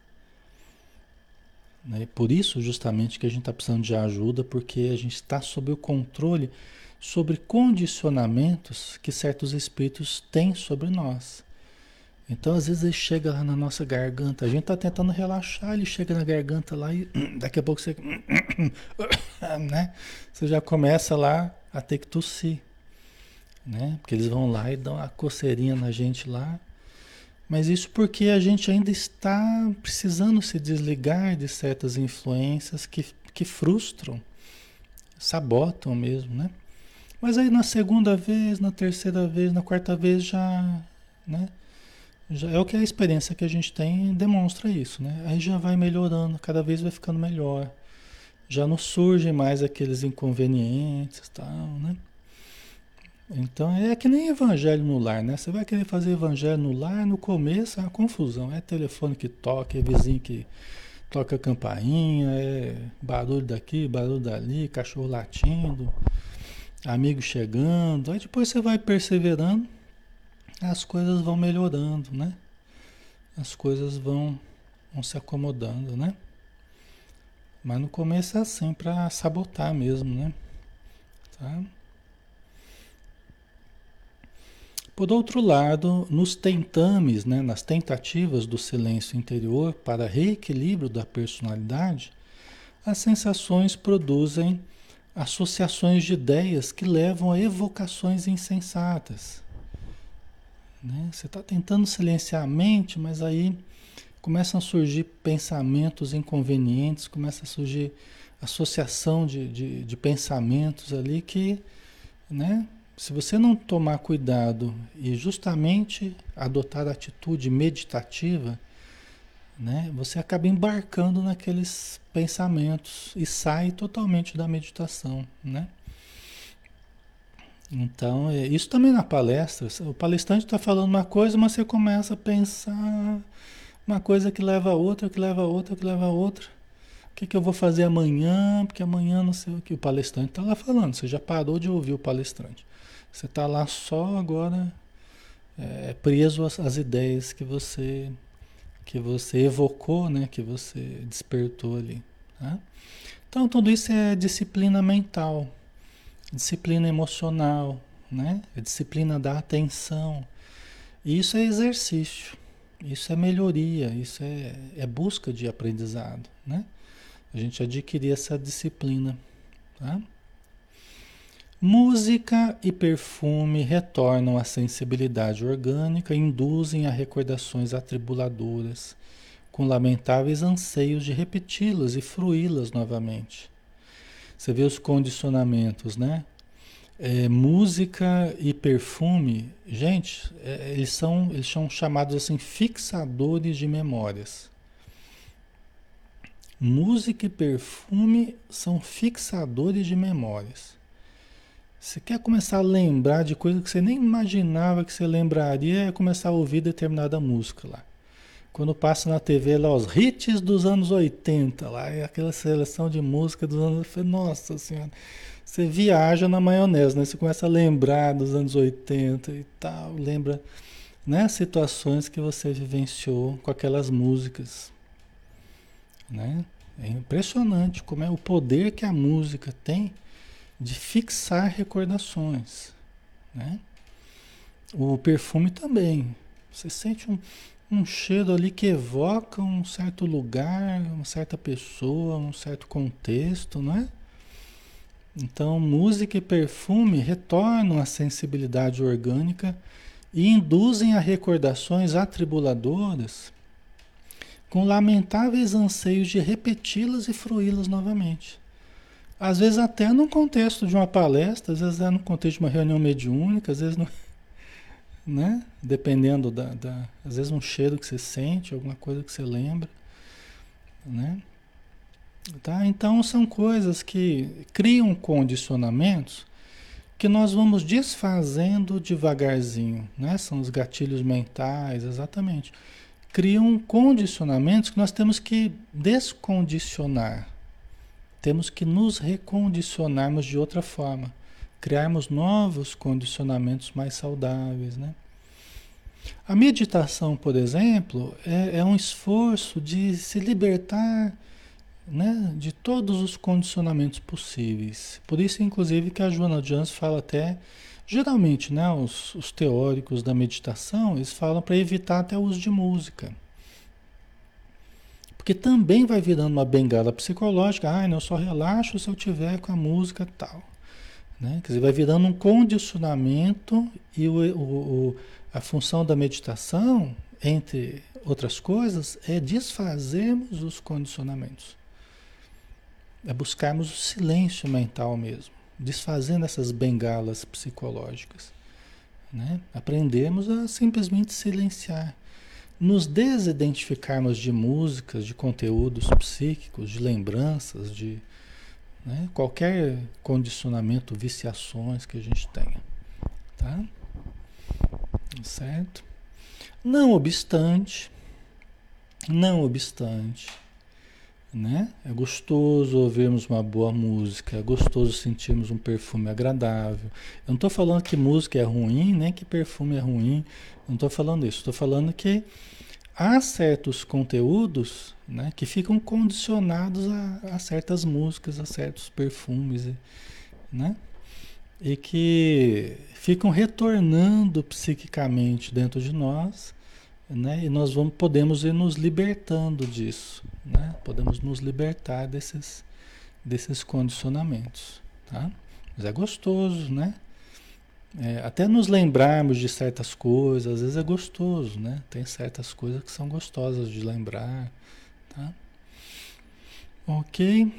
Né? Por isso, justamente, que a gente está precisando de ajuda, porque a gente está sob o controle sobre condicionamentos que certos espíritos têm sobre nós. Então, às vezes, ele chega lá na nossa garganta, a gente está tentando relaxar, ele chega na garganta lá e daqui a pouco você, né? Você já começa lá a ter que tossir, né? Porque eles vão lá e dão uma coceirinha na gente lá. Mas isso porque a gente ainda está precisando se desligar de certas influências que, que frustram, sabotam mesmo, né? Mas aí na segunda vez, na terceira vez, na quarta vez já, né? Já é o que a experiência que a gente tem demonstra isso, né? Aí já vai melhorando, cada vez vai ficando melhor. Já não surgem mais aqueles inconvenientes e tal, né? Então é que nem evangelho no lar, né? Você vai querer fazer evangelho no lar, no começo é uma confusão. É telefone que toca, é vizinho que toca campainha, é barulho daqui, barulho dali, cachorro latindo, amigo chegando. Aí depois você vai perseverando, as coisas vão melhorando, né? As coisas vão, vão se acomodando, né? Mas no começo é assim, para sabotar mesmo, né? Tá? Por outro lado, nos tentames, né, nas tentativas do silêncio interior para reequilíbrio da personalidade, as sensações produzem associações de ideias que levam a evocações insensatas. Né? Você está tentando silenciar a mente, mas aí começam a surgir pensamentos inconvenientes, começa a surgir associação de, de, de pensamentos ali que, né? Se você não tomar cuidado e justamente adotar a atitude meditativa, né, você acaba embarcando naqueles pensamentos e sai totalmente da meditação, né? Então, é, isso também na palestra, o palestrante está falando uma coisa, mas você começa a pensar uma coisa que leva a outra, que leva a outra, que leva a outra. O que, que eu vou fazer amanhã? Porque amanhã não sei o que. O palestrante está lá falando, você já parou de ouvir o palestrante. Você está lá só agora é, preso às, às ideias que você que você evocou, né? Que você despertou ali. Tá? Então tudo isso é disciplina mental, disciplina emocional, né? É disciplina da atenção. E isso é exercício, isso é melhoria, isso é, é busca de aprendizado, né? A gente adquirir essa disciplina, tá? Música e perfume retornam à sensibilidade orgânica e induzem a recordações atribuladoras, com lamentáveis anseios de repeti-las e fruí-las novamente. Você vê os condicionamentos, né? É, música e perfume, gente, é, eles são, eles são chamados assim fixadores de memórias. Música e perfume são fixadores de memórias. Você quer começar a lembrar de coisas que você nem imaginava que você lembraria, é começar a ouvir determinada música lá. Quando passa na T V lá os hits dos anos oitenta, lá é aquela seleção de música dos anos, nossa senhora, você viaja na maionese, né? Você começa a lembrar dos anos oitenta e tal, lembra, né, situações que você vivenciou com aquelas músicas, né? É impressionante como é o poder que a música tem de fixar recordações, né? O perfume também. Você sente um, um cheiro ali que evoca um certo lugar, uma certa pessoa, um certo contexto, não é? Então, música e perfume retornam à sensibilidade orgânica e induzem a recordações atribuladoras com lamentáveis anseios de repeti-las e fruí-las novamente. Às vezes até no contexto de uma palestra, às vezes é no contexto de uma reunião mediúnica, às vezes no, né? Dependendo da, da, às vezes um cheiro que você sente, alguma coisa que você lembra, né? Tá? Então são coisas que criam condicionamentos que nós vamos desfazendo devagarzinho, né? São os gatilhos mentais, exatamente. Criam condicionamentos que nós temos que descondicionar. Temos que nos recondicionarmos de outra forma, criarmos novos condicionamentos mais saudáveis, né? A meditação, por exemplo, é, é um esforço de se libertar, né, de todos os condicionamentos possíveis. Por isso, inclusive, que a Joana de Anjos fala até, geralmente, né, os, os teóricos da meditação, eles falam para evitar até o uso de música. Porque também vai virando uma bengala psicológica. Ah, eu só relaxo se eu tiver com a música tal. Né? Quer dizer, vai virando um condicionamento e o, o, o, a função da meditação, entre outras coisas, é desfazermos os condicionamentos. É buscarmos o silêncio mental mesmo, desfazendo essas bengalas psicológicas. Né? Aprendermos a simplesmente silenciar. Nos desidentificarmos de músicas, de conteúdos psíquicos, de lembranças, de, né, qualquer condicionamento, viciações que a gente tenha. Tá? Certo? Não obstante, não obstante, né? É gostoso ouvirmos uma boa música, é gostoso sentirmos um perfume agradável. Eu não estou falando que música é ruim, nem que perfume é ruim, eu não estou falando isso. Estou falando que há certos conteúdos, né, que ficam condicionados a, a certas músicas, a certos perfumes, né? E que ficam retornando psiquicamente dentro de nós, né? E nós vamos, podemos ir nos libertando disso, né? Podemos nos libertar desses, desses condicionamentos, tá? Mas é gostoso, né? É, até nos lembrarmos de certas coisas, às vezes é gostoso, né? Tem certas coisas que são gostosas de lembrar, tá? Ok?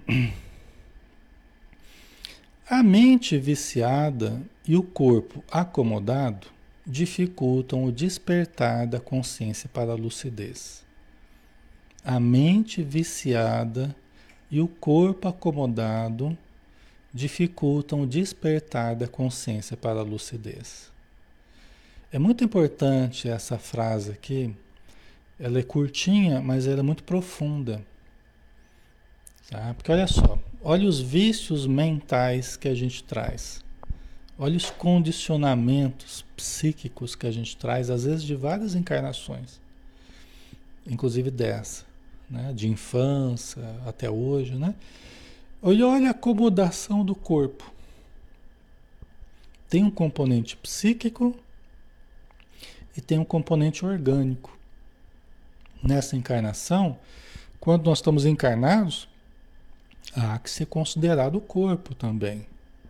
A mente viciada e o corpo acomodado dificultam o despertar da consciência para a lucidez. A mente viciada e o corpo acomodado dificultam o despertar da consciência para a lucidez. É muito importante essa frase aqui. Ela é curtinha, mas ela é muito profunda. Tá? Porque olha só, olha os vícios mentais que a gente traz. Olha os condicionamentos psíquicos que a gente traz, às vezes de várias encarnações. Inclusive dessa, né? De infância até hoje, né? Olha, olha a acomodação do corpo. Tem um componente psíquico e tem um componente orgânico. Nessa encarnação, quando nós estamos encarnados, há que ser considerado o corpo também.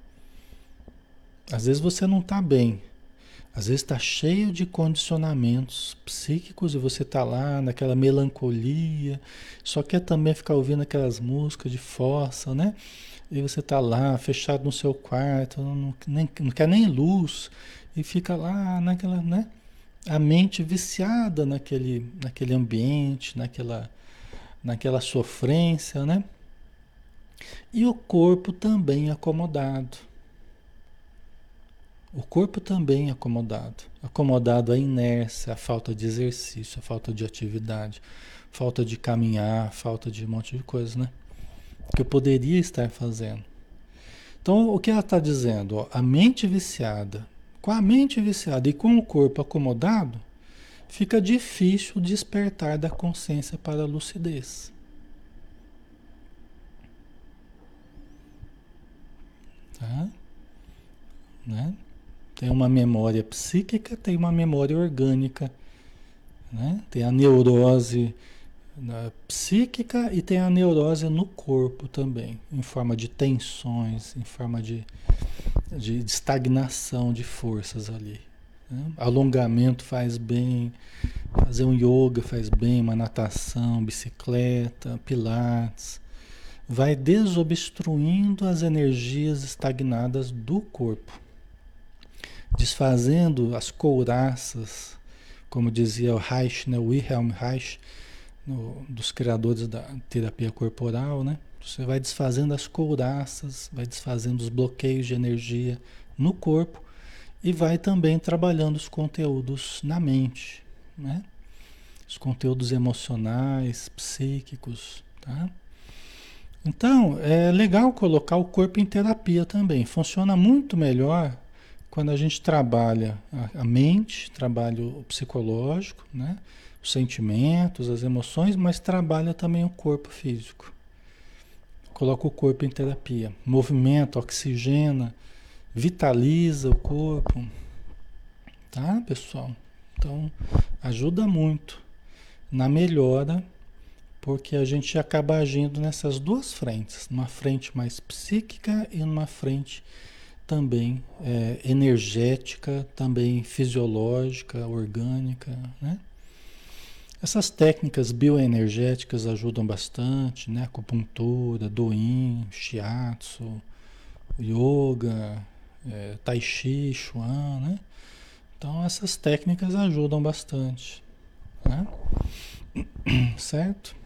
Às vezes você não está bem. Às vezes está cheio de condicionamentos psíquicos e você está lá naquela melancolia, só quer também ficar ouvindo aquelas músicas de fossa, né? E você está lá fechado no seu quarto, não, nem, não quer nem luz, e fica lá naquela, né? A mente viciada naquele, naquele ambiente, naquela, naquela sofrência, né? E o corpo também acomodado. O corpo também é acomodado. Acomodado à inércia, à falta de exercício, à falta de atividade, falta de caminhar, falta de um monte de coisa, né? Que eu poderia estar fazendo. Então, o que ela está dizendo? Ó, a mente viciada, com a mente viciada e com o corpo acomodado, fica difícil despertar da consciência para a lucidez. tá? Né? Tem uma memória psíquica, tem uma memória orgânica, né? Tem a neurose na psíquica e tem a neurose no corpo também, em forma de tensões, em forma de, de, de estagnação de forças ali. Né? Alongamento faz bem, fazer um yoga faz bem, uma natação, bicicleta, pilates, vai desobstruindo as energias estagnadas do corpo, desfazendo as couraças, como dizia o Reich, né, Wilhelm Reich, no, dos criadores da terapia corporal, né? Você vai desfazendo as couraças, vai desfazendo os bloqueios de energia no corpo e vai também trabalhando os conteúdos na mente, né? Os conteúdos emocionais, psíquicos, tá? Então, é legal colocar o corpo em terapia também. Funciona muito melhor quando a gente trabalha a, a mente, trabalha o psicológico, né? Os sentimentos, as emoções, mas trabalha também o corpo físico. Coloca o corpo em terapia. Movimento, oxigena, vitaliza o corpo. Tá, pessoal? Então, ajuda muito na melhora, porque a gente acaba agindo nessas duas frentes. Numa frente mais psíquica e numa frente também é, energética, também fisiológica, orgânica, né? Essas técnicas bioenergéticas ajudam bastante, né? Acupuntura, doin, shiatsu, yoga, é, tai chi, chuan, né? Então essas técnicas ajudam bastante, né? Certo?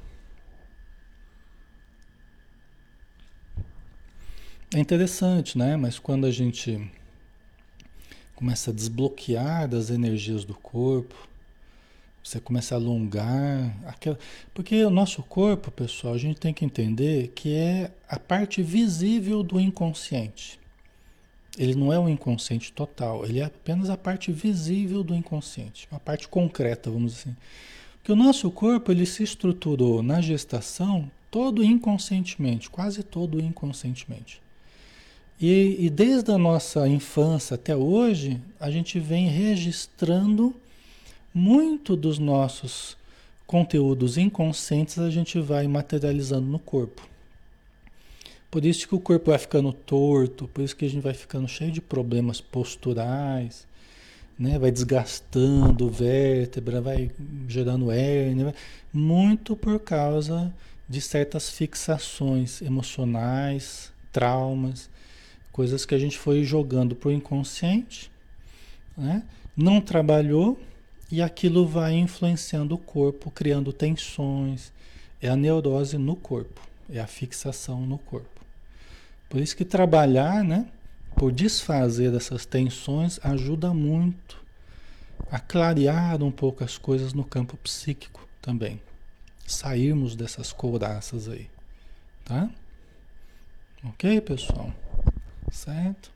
É interessante, né? Mas quando a gente começa a desbloquear das energias do corpo, você começa a alongar, aquela... porque o nosso corpo, pessoal, a gente tem que entender que é a parte visível do inconsciente. Ele não é um inconsciente total, ele é apenas a parte visível do inconsciente, a parte concreta, vamos dizer assim. Porque o nosso corpo, ele se estruturou na gestação todo inconscientemente, quase todo inconscientemente. E, e desde a nossa infância até hoje, a gente vem registrando muito dos nossos conteúdos inconscientes, a gente vai materializando no corpo. Por isso que o corpo vai ficando torto, por isso que a gente vai ficando cheio de problemas posturais, né? Vai desgastando vértebra, vai gerando hérnia, muito por causa de certas fixações emocionais, traumas, coisas que a gente foi jogando para o inconsciente, né? Não trabalhou e aquilo vai influenciando o corpo, criando tensões. É a neurose no corpo, é a fixação no corpo. Por isso que trabalhar, né, por desfazer dessas tensões ajuda muito a clarear um pouco as coisas no campo psíquico também. Sairmos dessas couraças aí, tá? Ok, pessoal? Certo?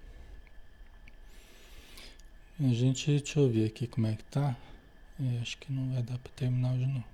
A gente, deixa eu ver aqui como é que tá. É, acho que não vai dar para terminar hoje não.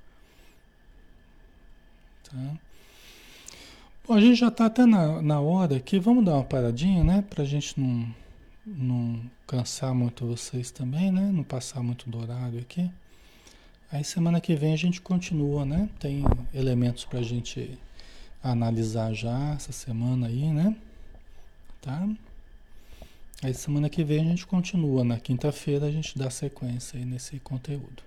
Tá? Bom, a gente já está até na, na hora aqui. Vamos dar uma paradinha, né? Para a gente não, não cansar muito vocês também, né? Não passar muito do horário aqui. Aí semana que vem a gente continua, né? Tem elementos para a gente analisar já essa semana aí, né? Tá? Aí semana que vem a gente continua. Na quinta-feira a gente dá sequência aí nesse conteúdo.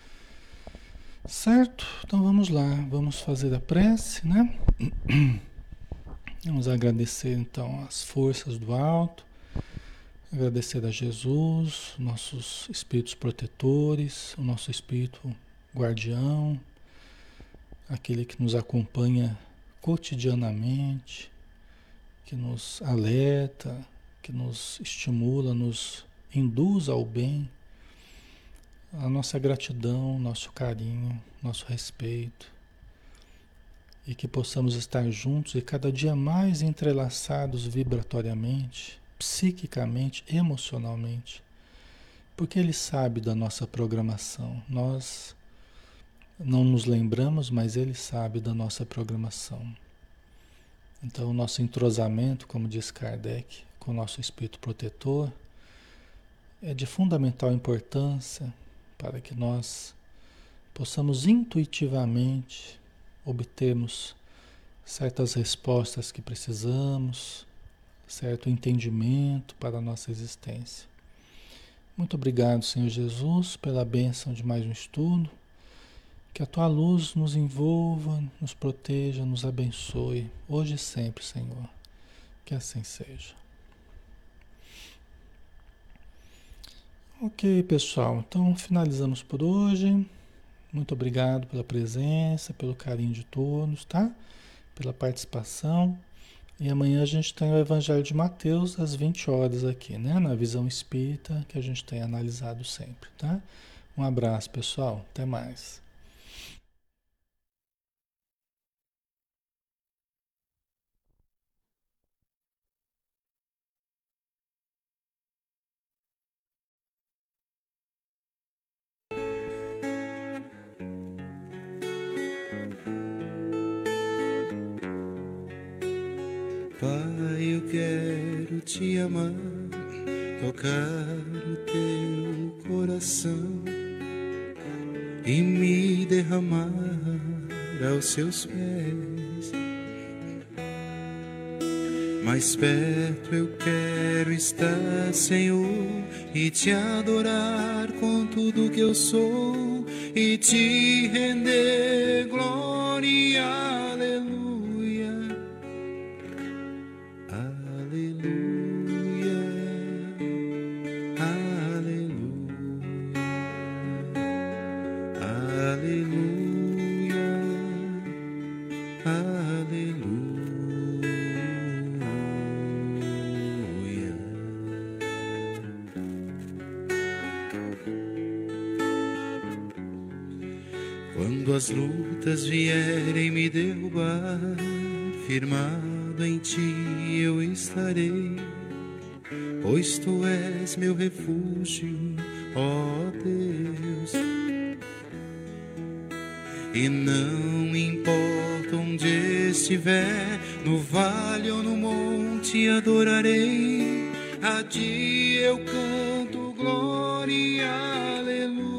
Certo? Então vamos lá. Vamos fazer a prece, né? Vamos agradecer então as forças do alto. Agradecer a Jesus, nossos espíritos protetores, o nosso espírito guardião, aquele que nos acompanha cotidianamente, que nos alerta, que nos estimula, nos induz ao bem, a nossa gratidão, nosso carinho, nosso respeito, e que possamos estar juntos e cada dia mais entrelaçados vibratoriamente, psiquicamente, emocionalmente, porque Ele sabe da nossa programação. Nós não nos lembramos, mas Ele sabe da nossa programação. Então, o nosso entrosamento, como diz Kardec, com o nosso espírito protetor, é de fundamental importância para que nós possamos intuitivamente obtermos certas respostas que precisamos, certo entendimento para a nossa existência. Muito obrigado, Senhor Jesus, pela bênção de mais um estudo. Que a Tua luz nos envolva, nos proteja, nos abençoe, hoje e sempre, Senhor. Que assim seja. Ok, pessoal. Então, finalizamos por hoje. Muito obrigado pela presença, pelo carinho de todos, tá? Pela participação. E amanhã a gente tem o Evangelho de Mateus às vinte horas aqui, né? Na Visão Espírita, que a gente tem analisado sempre, tá? Um abraço, pessoal. Até mais. Pai, eu quero te amar, tocar o teu coração e me derramar aos seus pés. Mais perto eu quero estar, Senhor, e te adorar com tudo que eu sou e te render glória e aleluia. Quando as lutas vierem me derrubar, firmado em ti eu estarei, pois tu és meu refúgio, ó Deus. E não importa onde estiver, no vale ou no monte adorarei, a ti eu canto glória e aleluia.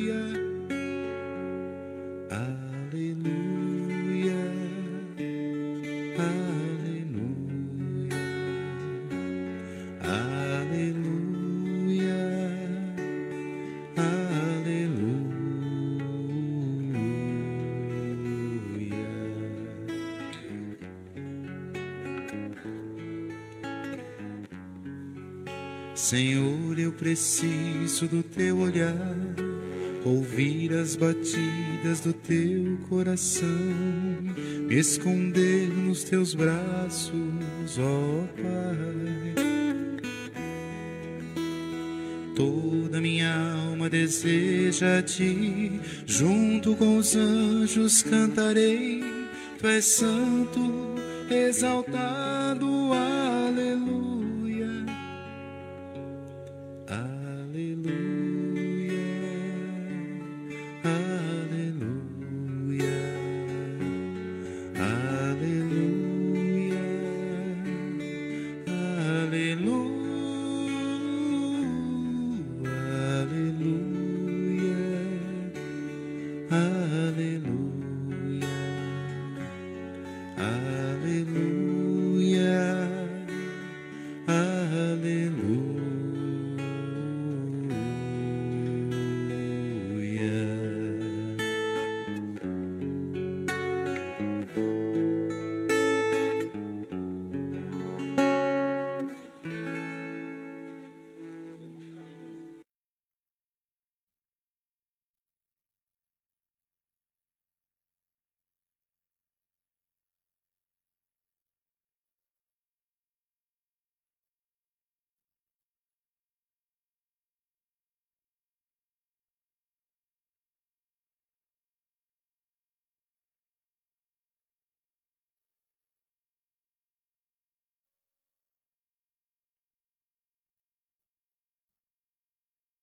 Senhor, eu preciso do teu olhar, ouvir as batidas do teu coração, me esconder nos teus braços, ó Pai. Toda minha alma deseja a ti, junto com os anjos cantarei, tu és santo, exaltado,